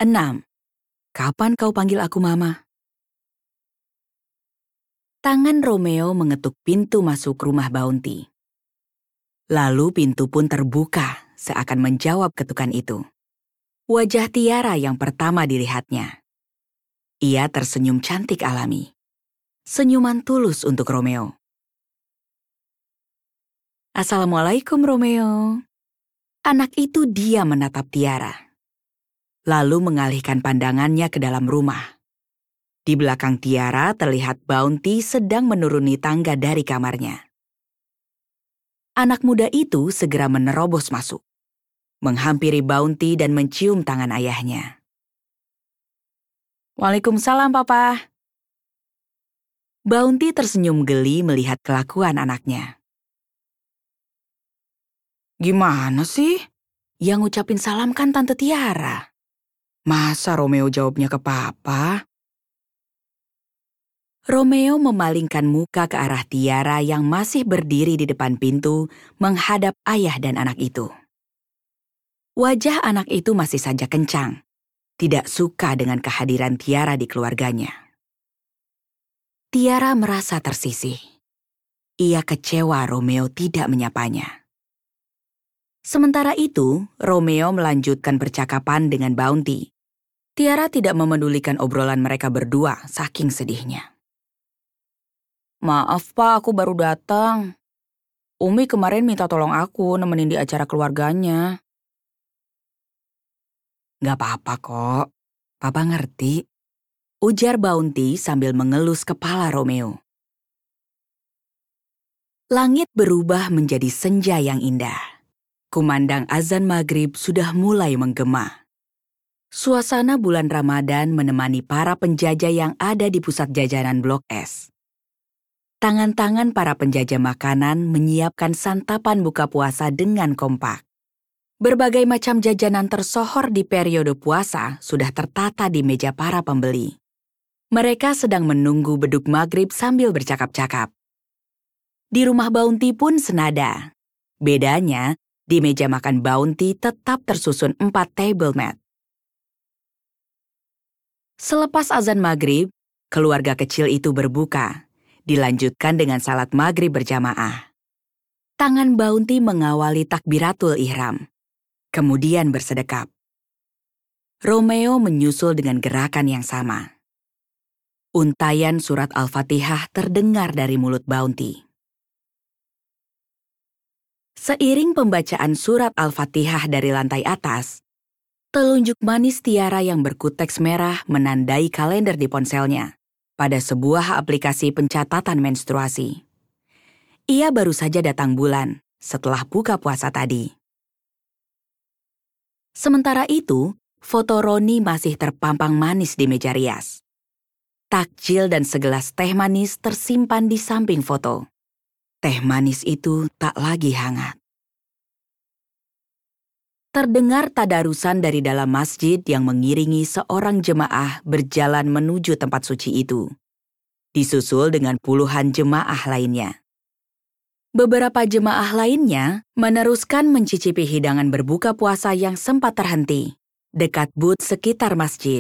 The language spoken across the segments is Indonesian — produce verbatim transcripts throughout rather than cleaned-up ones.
Enam. Kapan kau panggil aku Mama? Tangan Romeo mengetuk pintu masuk rumah Bounty. Lalu pintu pun terbuka seakan menjawab ketukan itu. Wajah Tiara yang pertama dilihatnya. Ia tersenyum cantik alami. Senyuman tulus untuk Romeo. Assalamualaikum Romeo. Anak itu diam menatap Tiara. Lalu mengalihkan pandangannya ke dalam rumah. Di belakang Tiara terlihat Bounty sedang menuruni tangga dari kamarnya. Anak muda itu segera menerobos masuk, menghampiri Bounty dan mencium tangan ayahnya. Waalaikumsalam, Papa. Bounty tersenyum geli melihat kelakuan anaknya. Gimana sih? Yang ngucapin salam kan Tante Tiara. Masa Romeo jawabnya ke Papa? Romeo memalingkan muka ke arah Tiara yang masih berdiri di depan pintu menghadap ayah dan anak itu. Wajah anak itu masih saja kencang, tidak suka dengan kehadiran Tiara di keluarganya. Tiara merasa tersisih. Ia kecewa Romeo tidak menyapanya. Sementara itu, Romeo melanjutkan percakapan dengan Bounty. Tiara tidak memedulikan obrolan mereka berdua saking sedihnya. Maaf Pak, aku baru datang. Umi kemarin minta tolong aku nemenin di acara keluarganya. Gak apa-apa kok, Papa ngerti. Ujar Bounty sambil mengelus kepala Romeo. Langit berubah menjadi senja yang indah. Kumandang azan maghrib sudah mulai menggema. Suasana bulan Ramadan menemani para penjajah yang ada di pusat jajanan Blok S. Tangan-tangan para penjajah makanan menyiapkan santapan buka puasa dengan kompak. Berbagai macam jajanan tersohor di periode puasa sudah tertata di meja para pembeli. Mereka sedang menunggu beduk maghrib sambil bercakap-cakap. Di rumah Bounty pun senada. Bedanya, di meja makan Bounty tetap tersusun empat table mat. Selepas azan maghrib, keluarga kecil itu berbuka, dilanjutkan dengan salat maghrib berjamaah. Tangan Bounty mengawali takbiratul ihram, kemudian bersedekap. Romeo menyusul dengan gerakan yang sama. Untayan surat Al-Fatihah terdengar dari mulut Bounty. Seiring pembacaan surat Al-Fatihah dari lantai atas, telunjuk manis Tiara yang berkuteks merah menandai kalender di ponselnya pada sebuah aplikasi pencatatan menstruasi. Ia baru saja datang bulan setelah buka puasa tadi. Sementara itu, foto Roni masih terpampang manis di meja rias. Takjil dan segelas teh manis tersimpan di samping foto. Teh manis itu tak lagi hangat. Terdengar tadarusan dari dalam masjid yang mengiringi seorang jemaah berjalan menuju tempat suci itu. Disusul dengan puluhan jemaah lainnya. Beberapa jemaah lainnya meneruskan mencicipi hidangan berbuka puasa yang sempat terhenti dekat booth sekitar masjid.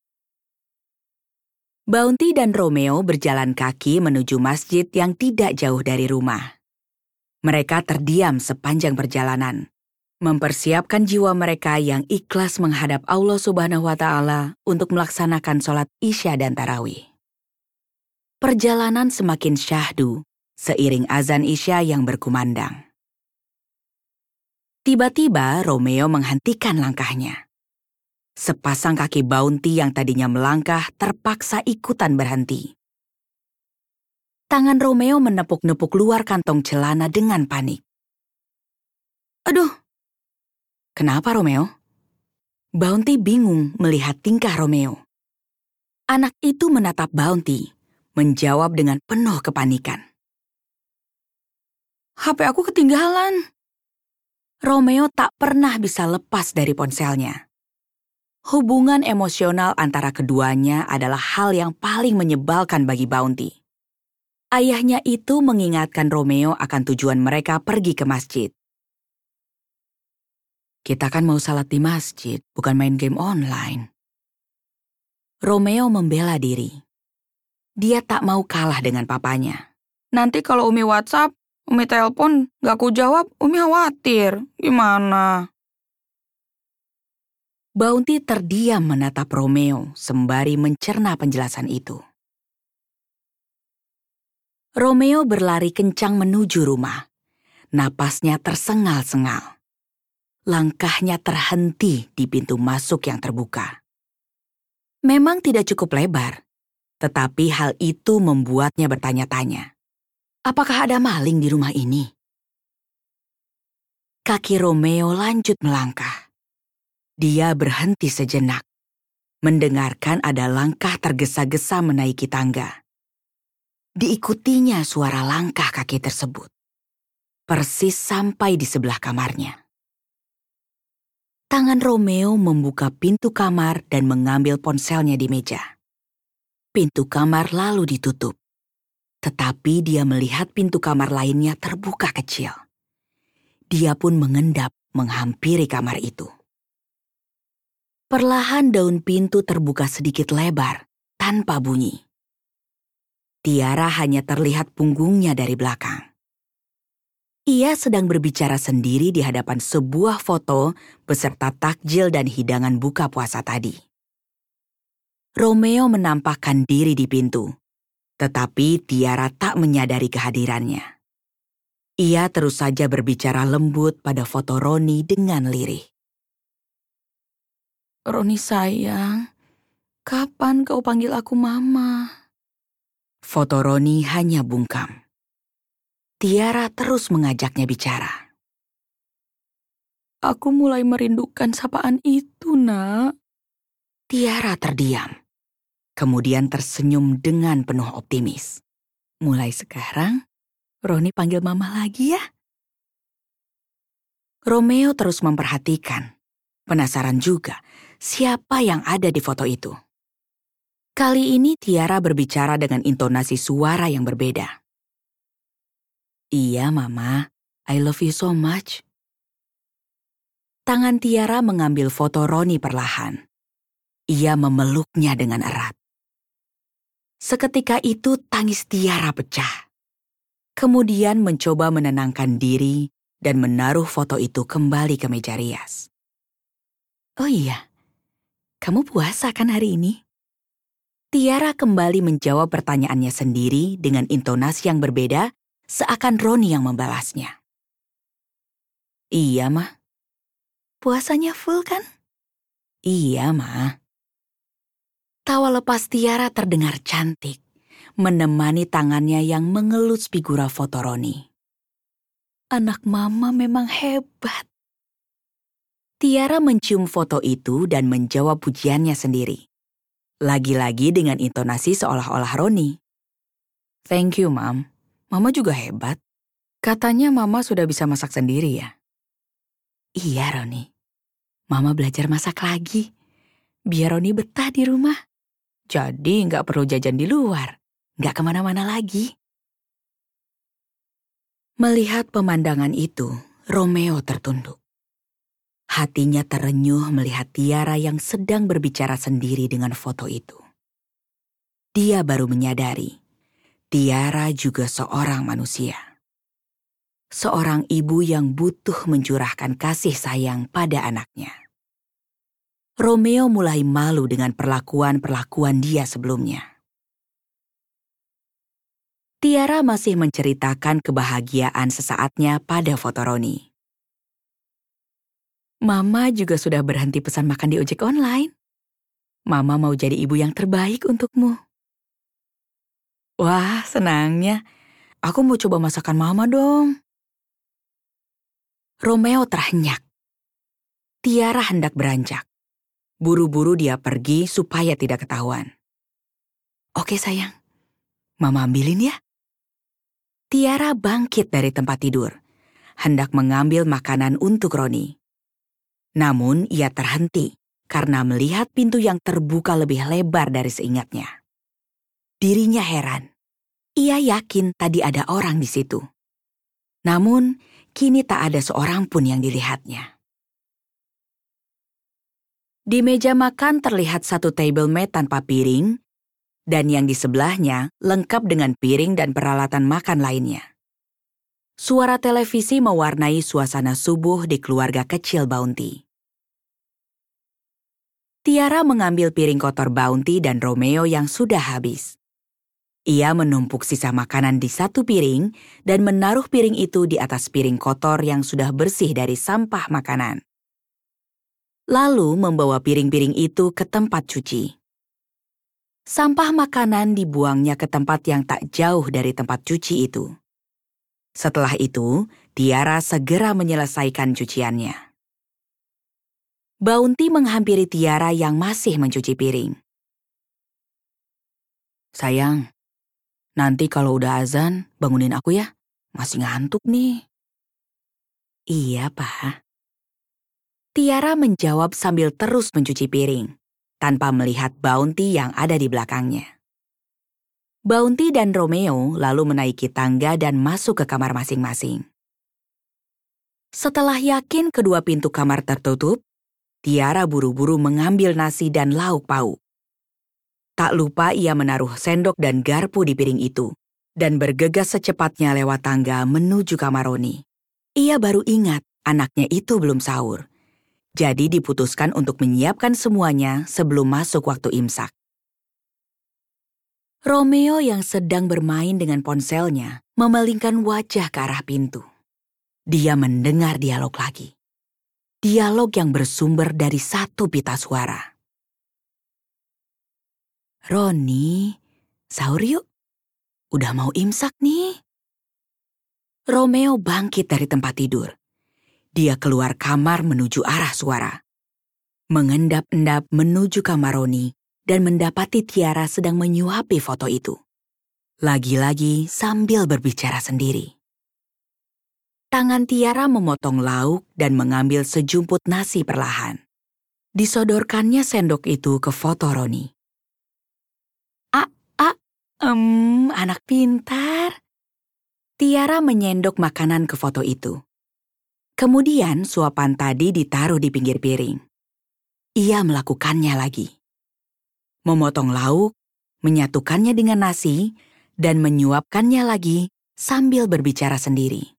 Bounty dan Romeo berjalan kaki menuju masjid yang tidak jauh dari rumah. Mereka terdiam sepanjang perjalanan, mempersiapkan jiwa mereka yang ikhlas menghadap Allah Subhanahu wa Ta'ala untuk melaksanakan sholat Isya dan Tarawih. Perjalanan semakin syahdu seiring azan Isya yang berkumandang. Tiba-tiba Romeo menghentikan langkahnya. Sepasang kaki Bounty yang tadinya melangkah terpaksa ikutan berhenti. Tangan Romeo menepuk-nepuk luar kantong celana dengan panik. Aduh! Kenapa Romeo? Bounty bingung melihat tingkah Romeo. Anak itu menatap Bounty, menjawab dengan penuh kepanikan. H P aku ketinggalan. Romeo tak pernah bisa lepas dari ponselnya. Hubungan emosional antara keduanya adalah hal yang paling menyebalkan bagi Bounty. Ayahnya itu mengingatkan Romeo akan tujuan mereka pergi ke masjid. Kita kan mau salat di masjid, bukan main game online, Romeo membela diri. Dia tak mau kalah dengan papanya. Nanti kalau Umi WhatsApp, Umi telepon, gak ku jawab, Umi khawatir. Gimana? Bounty terdiam menatap Romeo sembari mencerna penjelasan itu. Romeo berlari kencang menuju rumah. Napasnya tersengal-sengal. Langkahnya terhenti di pintu masuk yang terbuka. Memang tidak cukup lebar, tetapi hal itu membuatnya bertanya-tanya. Apakah ada maling di rumah ini? Kaki Romeo lanjut melangkah. Dia berhenti sejenak, mendengarkan ada langkah tergesa-gesa menaiki tangga. Diikutinya suara langkah kaki tersebut, persis sampai di sebelah kamarnya. Tangan Romeo membuka pintu kamar dan mengambil ponselnya di meja. Pintu kamar lalu ditutup, tetapi dia melihat pintu kamar lainnya terbuka kecil. Dia pun mengendap menghampiri kamar itu. Perlahan daun pintu terbuka sedikit lebar, tanpa bunyi. Tiara hanya terlihat punggungnya dari belakang. Ia sedang berbicara sendiri di hadapan sebuah foto beserta takjil dan hidangan buka puasa tadi. Romeo menampakkan diri di pintu, tetapi Tiara tak menyadari kehadirannya. Ia terus saja berbicara lembut pada foto Roni dengan lirih. Roni sayang, kapan kau panggil aku mama? Foto Roni hanya bungkam. Tiara terus mengajaknya bicara. Aku mulai merindukan sapaan itu, nak. Tiara terdiam, kemudian tersenyum dengan penuh optimis. Mulai sekarang, Roni panggil mama lagi ya. Romeo terus memperhatikan, penasaran juga siapa yang ada di foto itu. Kali ini Tiara berbicara dengan intonasi suara yang berbeda. Iya, Mama. I love you so much. Tangan Tiara mengambil foto Roni perlahan. Ia memeluknya dengan erat. Seketika itu tangis Tiara pecah. Kemudian mencoba menenangkan diri dan menaruh foto itu kembali ke meja rias. Oh iya, kamu puasa kan hari ini? Tiara kembali menjawab pertanyaannya sendiri dengan intonasi yang berbeda, seakan Roni yang membalasnya. Iya, Ma. Puasanya full kan? Iya, Ma. Tawa lepas Tiara terdengar cantik, menemani tangannya yang mengelus figura foto Roni. Anak Mama memang hebat. Tiara mencium foto itu dan menjawab pujiannya sendiri. Lagi-lagi dengan intonasi seolah-olah Roni. Thank you, Mam. Mama juga hebat. Katanya Mama sudah bisa masak sendiri ya? Iya, Roni. Mama belajar masak lagi. Biar Roni betah di rumah. Jadi nggak perlu jajan di luar. Nggak kemana-mana lagi. Melihat pemandangan itu, Romeo tertunduk. Hatinya terenyuh melihat Tiara yang sedang berbicara sendiri dengan foto itu. Dia baru menyadari, Tiara juga seorang manusia. Seorang ibu yang butuh mencurahkan kasih sayang pada anaknya. Romeo mulai malu dengan perlakuan-perlakuan dia sebelumnya. Tiara masih menceritakan kebahagiaan sesaatnya pada foto Roni. Mama juga sudah berhenti pesan makan di ojek online. Mama mau jadi ibu yang terbaik untukmu. Wah, senangnya. Aku mau coba masakan Mama dong. Romeo terhenyak. Tiara hendak beranjak. Buru-buru dia pergi supaya tidak ketahuan. Oke sayang, Mama ambilin ya. Tiara bangkit dari tempat tidur, hendak mengambil makanan untuk Roni. Namun ia terhenti karena melihat pintu yang terbuka lebih lebar dari seingatnya. Dirinya heran. Ia yakin tadi ada orang di situ. Namun, kini tak ada seorang pun yang dilihatnya. Di meja makan terlihat satu table mat tanpa piring, dan yang di sebelahnya lengkap dengan piring dan peralatan makan lainnya. Suara televisi mewarnai suasana subuh di keluarga kecil Bounty. Tiara mengambil piring kotor Bounty dan Romeo yang sudah habis. Ia menumpuk sisa makanan di satu piring dan menaruh piring itu di atas piring kotor yang sudah bersih dari sampah makanan. Lalu membawa piring-piring itu ke tempat cuci. Sampah makanan dibuangnya ke tempat yang tak jauh dari tempat cuci itu. Setelah itu, Tiara segera menyelesaikan cuciannya. Bounty menghampiri Tiara yang masih mencuci piring. "Sayang, nanti kalau udah azan, bangunin aku ya. Masih ngantuk nih." "Iya, Pak." Tiara menjawab sambil terus mencuci piring, tanpa melihat Bounty yang ada di belakangnya. Bounty dan Romeo lalu menaiki tangga dan masuk ke kamar masing-masing. Setelah yakin kedua pintu kamar tertutup, Tiara buru-buru mengambil nasi dan lauk pauk. Tak lupa ia menaruh sendok dan garpu di piring itu, dan bergegas secepatnya lewat tangga menuju kamar Roni. Ia baru ingat anaknya itu belum sahur. Jadi diputuskan untuk menyiapkan semuanya sebelum masuk waktu imsak. Romeo yang sedang bermain dengan ponselnya memalingkan wajah ke arah pintu. Dia mendengar dialog lagi. Dialog yang bersumber dari satu pita suara. "Roni, sahur yuk. Udah mau imsak nih." Romeo bangkit dari tempat tidur. Dia keluar kamar menuju arah suara. Mengendap-endap menuju kamar Roni dan mendapati Tiara sedang menyuapi foto itu. Lagi-lagi sambil berbicara sendiri. Tangan Tiara memotong lauk dan mengambil sejumput nasi perlahan. Disodorkannya sendok itu ke foto Roni. "Ah, ah, em, anak pintar." Tiara menyendok makanan ke foto itu. Kemudian suapan tadi ditaruh di pinggir piring. Ia melakukannya lagi. Memotong lauk, menyatukannya dengan nasi, dan menyuapkannya lagi sambil berbicara sendiri.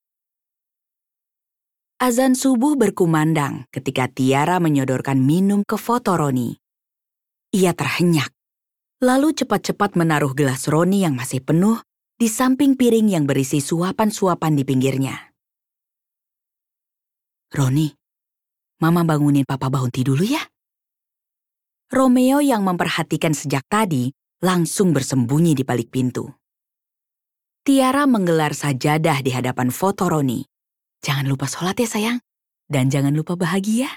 Azan subuh berkumandang ketika Tiara menyodorkan minum ke foto Roni. Ia terhenyak, lalu cepat-cepat menaruh gelas Roni yang masih penuh di samping piring yang berisi suapan-suapan di pinggirnya. "Roni, Mama bangunin Papa Bounty dulu ya." Romeo yang memperhatikan sejak tadi langsung bersembunyi di balik pintu. Tiara menggelar sajadah di hadapan foto Roni. "Jangan lupa sholat ya sayang, dan jangan lupa bahagia."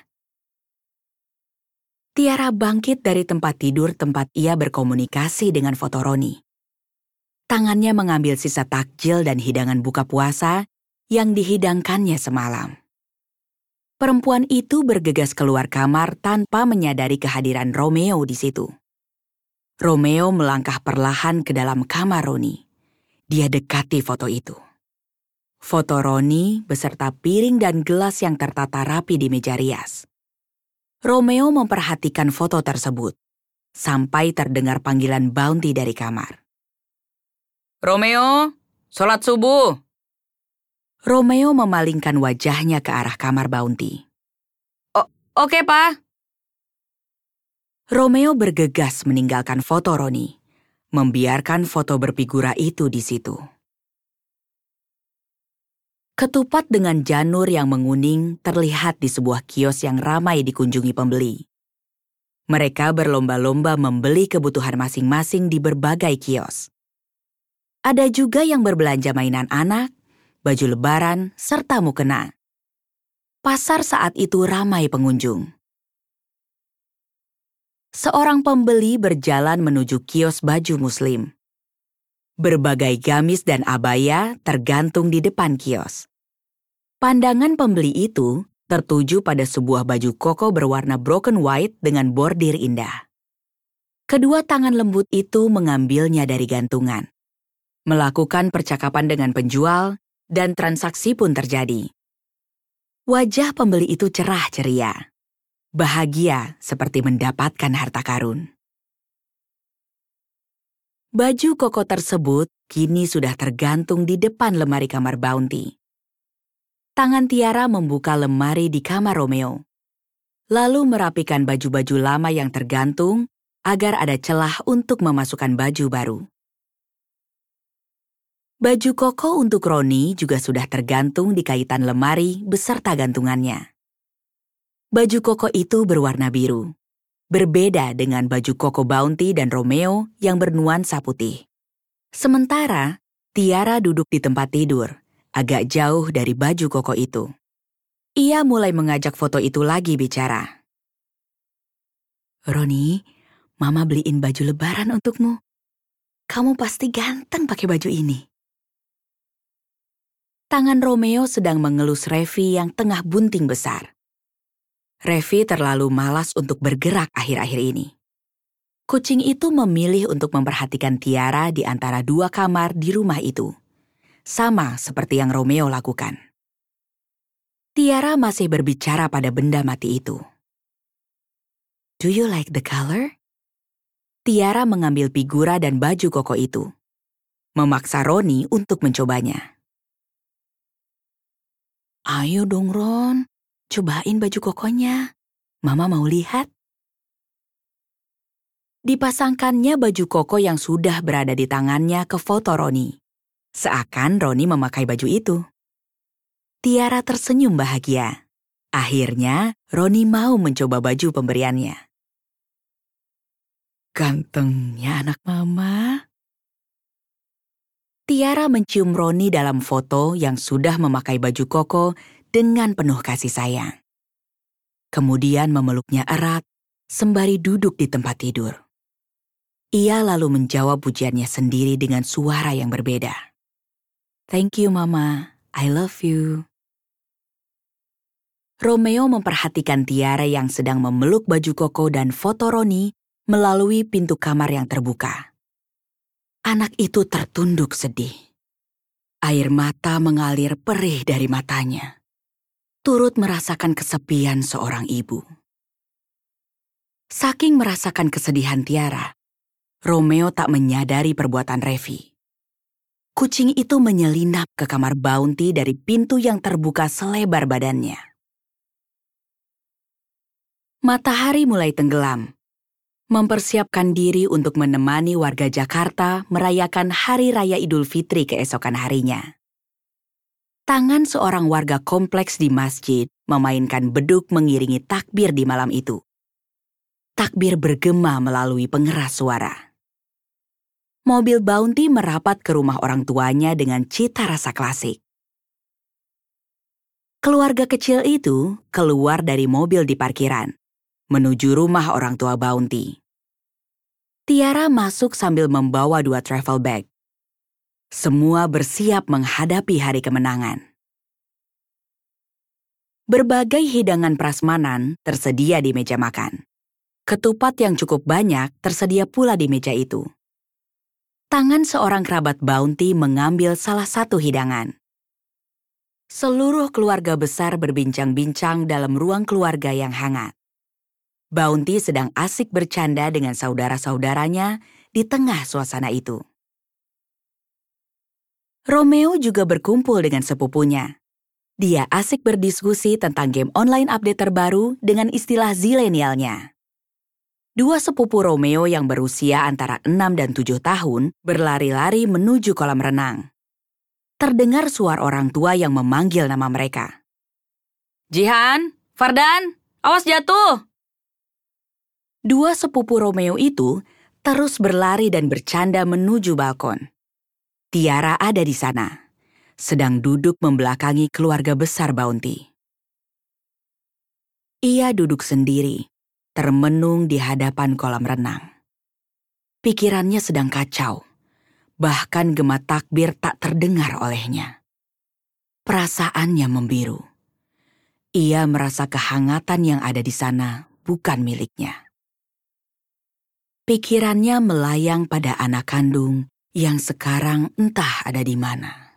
Tiara bangkit dari tempat tidur tempat ia berkomunikasi dengan foto Roni. Tangannya mengambil sisa takjil dan hidangan buka puasa yang dihidangkannya semalam. Perempuan itu bergegas keluar kamar tanpa menyadari kehadiran Romeo di situ. Romeo melangkah perlahan ke dalam kamar Roni. Dia dekati foto itu. Foto Roni beserta piring dan gelas yang tertata rapi di meja rias. Romeo memperhatikan foto tersebut, sampai terdengar panggilan Bounty dari kamar. "Romeo, sholat subuh." Romeo memalingkan wajahnya ke arah kamar Bounty. "O- Oke, Pak." Romeo bergegas meninggalkan foto Roni, membiarkan foto berfigura itu di situ. Ketupat dengan janur yang menguning terlihat di sebuah kios yang ramai dikunjungi pembeli. Mereka berlomba-lomba membeli kebutuhan masing-masing di berbagai kios. Ada juga yang berbelanja mainan anak, baju lebaran, serta mukena. Pasar saat itu ramai pengunjung. Seorang pembeli berjalan menuju kios baju muslim. Berbagai gamis dan abaya tergantung di depan kios. Pandangan pembeli itu tertuju pada sebuah baju koko berwarna broken white dengan bordir indah. Kedua tangan lembut itu mengambilnya dari gantungan. Melakukan percakapan dengan penjual, dan transaksi pun terjadi. Wajah pembeli itu cerah ceria. bahagia seperti mendapatkan harta karun. Baju koko tersebut kini sudah tergantung di depan lemari kamar Bounty. Tangan Tiara membuka lemari di kamar Romeo, lalu merapikan baju-baju lama yang tergantung agar ada celah untuk memasukkan baju baru. Baju koko untuk Roni juga sudah tergantung di kaitan lemari beserta gantungannya. Baju koko itu berwarna biru, berbeda dengan baju koko Bounty dan Romeo yang bernuansa putih. Sementara, Tiara duduk di tempat tidur, agak jauh dari baju koko itu. Ia mulai mengajak foto itu lagi bicara. "Roni, Mama beliin baju lebaran untukmu. Kamu pasti ganteng pakai baju ini." Tangan Romeo sedang mengelus Revi yang tengah bunting besar. Revi terlalu malas untuk bergerak akhir-akhir ini. Kucing itu memilih untuk memperhatikan Tiara di antara dua kamar di rumah itu, sama seperti yang Romeo lakukan. Tiara masih berbicara pada benda mati itu. "Do you like the color?" Tiara mengambil figura dan baju koko itu, memaksa Roni untuk mencobanya. "Ayo dong Ron, cobain baju kokonya. Mama mau lihat." Dipasangkannya baju koko yang sudah berada di tangannya ke foto Roni. Seakan Roni memakai baju itu. Tiara tersenyum bahagia. Akhirnya Roni mau mencoba baju pemberiannya. "Gantengnya anak mama." Tiara mencium Roni dalam foto yang sudah memakai baju koko dengan penuh kasih sayang. Kemudian memeluknya erat sembari duduk di tempat tidur. Ia lalu menjawab pujiannya sendiri dengan suara yang berbeda. "Thank you, Mama. I love you." Romeo memperhatikan Tiara yang sedang memeluk baju koko dan foto Roni melalui pintu kamar yang terbuka. Anak itu tertunduk sedih. Air mata mengalir perih dari matanya, turut merasakan kesepian seorang ibu. Saking merasakan kesedihan Tiara, Romeo tak menyadari perbuatan Revi. Kucing itu menyelinap ke kamar Bounty dari pintu yang terbuka selebar badannya. Matahari mulai tenggelam, mempersiapkan diri untuk menemani warga Jakarta merayakan Hari Raya Idul Fitri keesokan harinya. Tangan seorang warga kompleks di masjid memainkan beduk mengiringi takbir di malam itu. Takbir bergema melalui pengeras suara. Mobil Bounty merapat ke rumah orang tuanya dengan cita rasa klasik. Keluarga kecil itu keluar dari mobil di parkiran, menuju rumah orang tua Bounty. Tiara masuk sambil membawa dua travel bag. Semua bersiap menghadapi hari kemenangan. Berbagai hidangan prasmanan tersedia di meja makan. Ketupat yang cukup banyak tersedia pula di meja itu. Tangan seorang kerabat Bounty mengambil salah satu hidangan. Seluruh keluarga besar berbincang-bincang dalam ruang keluarga yang hangat. Bounty sedang asik bercanda dengan saudara-saudaranya di tengah suasana itu. Romeo juga berkumpul dengan sepupunya. Dia asik berdiskusi tentang game online update terbaru dengan istilah zilenialnya. Dua sepupu Romeo yang berusia antara enam dan tujuh tahun berlari-lari menuju kolam renang. Terdengar suara orang tua yang memanggil nama mereka. "Jihan, Fardan, awas jatuh!" Dua sepupu Romeo itu terus berlari dan bercanda menuju balkon. Tiara ada di sana, sedang duduk membelakangi keluarga besar Bounty. Ia duduk sendiri, termenung di hadapan kolam renang. Pikirannya sedang kacau, bahkan gema takbir tak terdengar olehnya. Perasaannya membiru. Ia merasa kehangatan yang ada di sana bukan miliknya. Pikirannya melayang pada anak kandung yang sekarang entah ada di mana.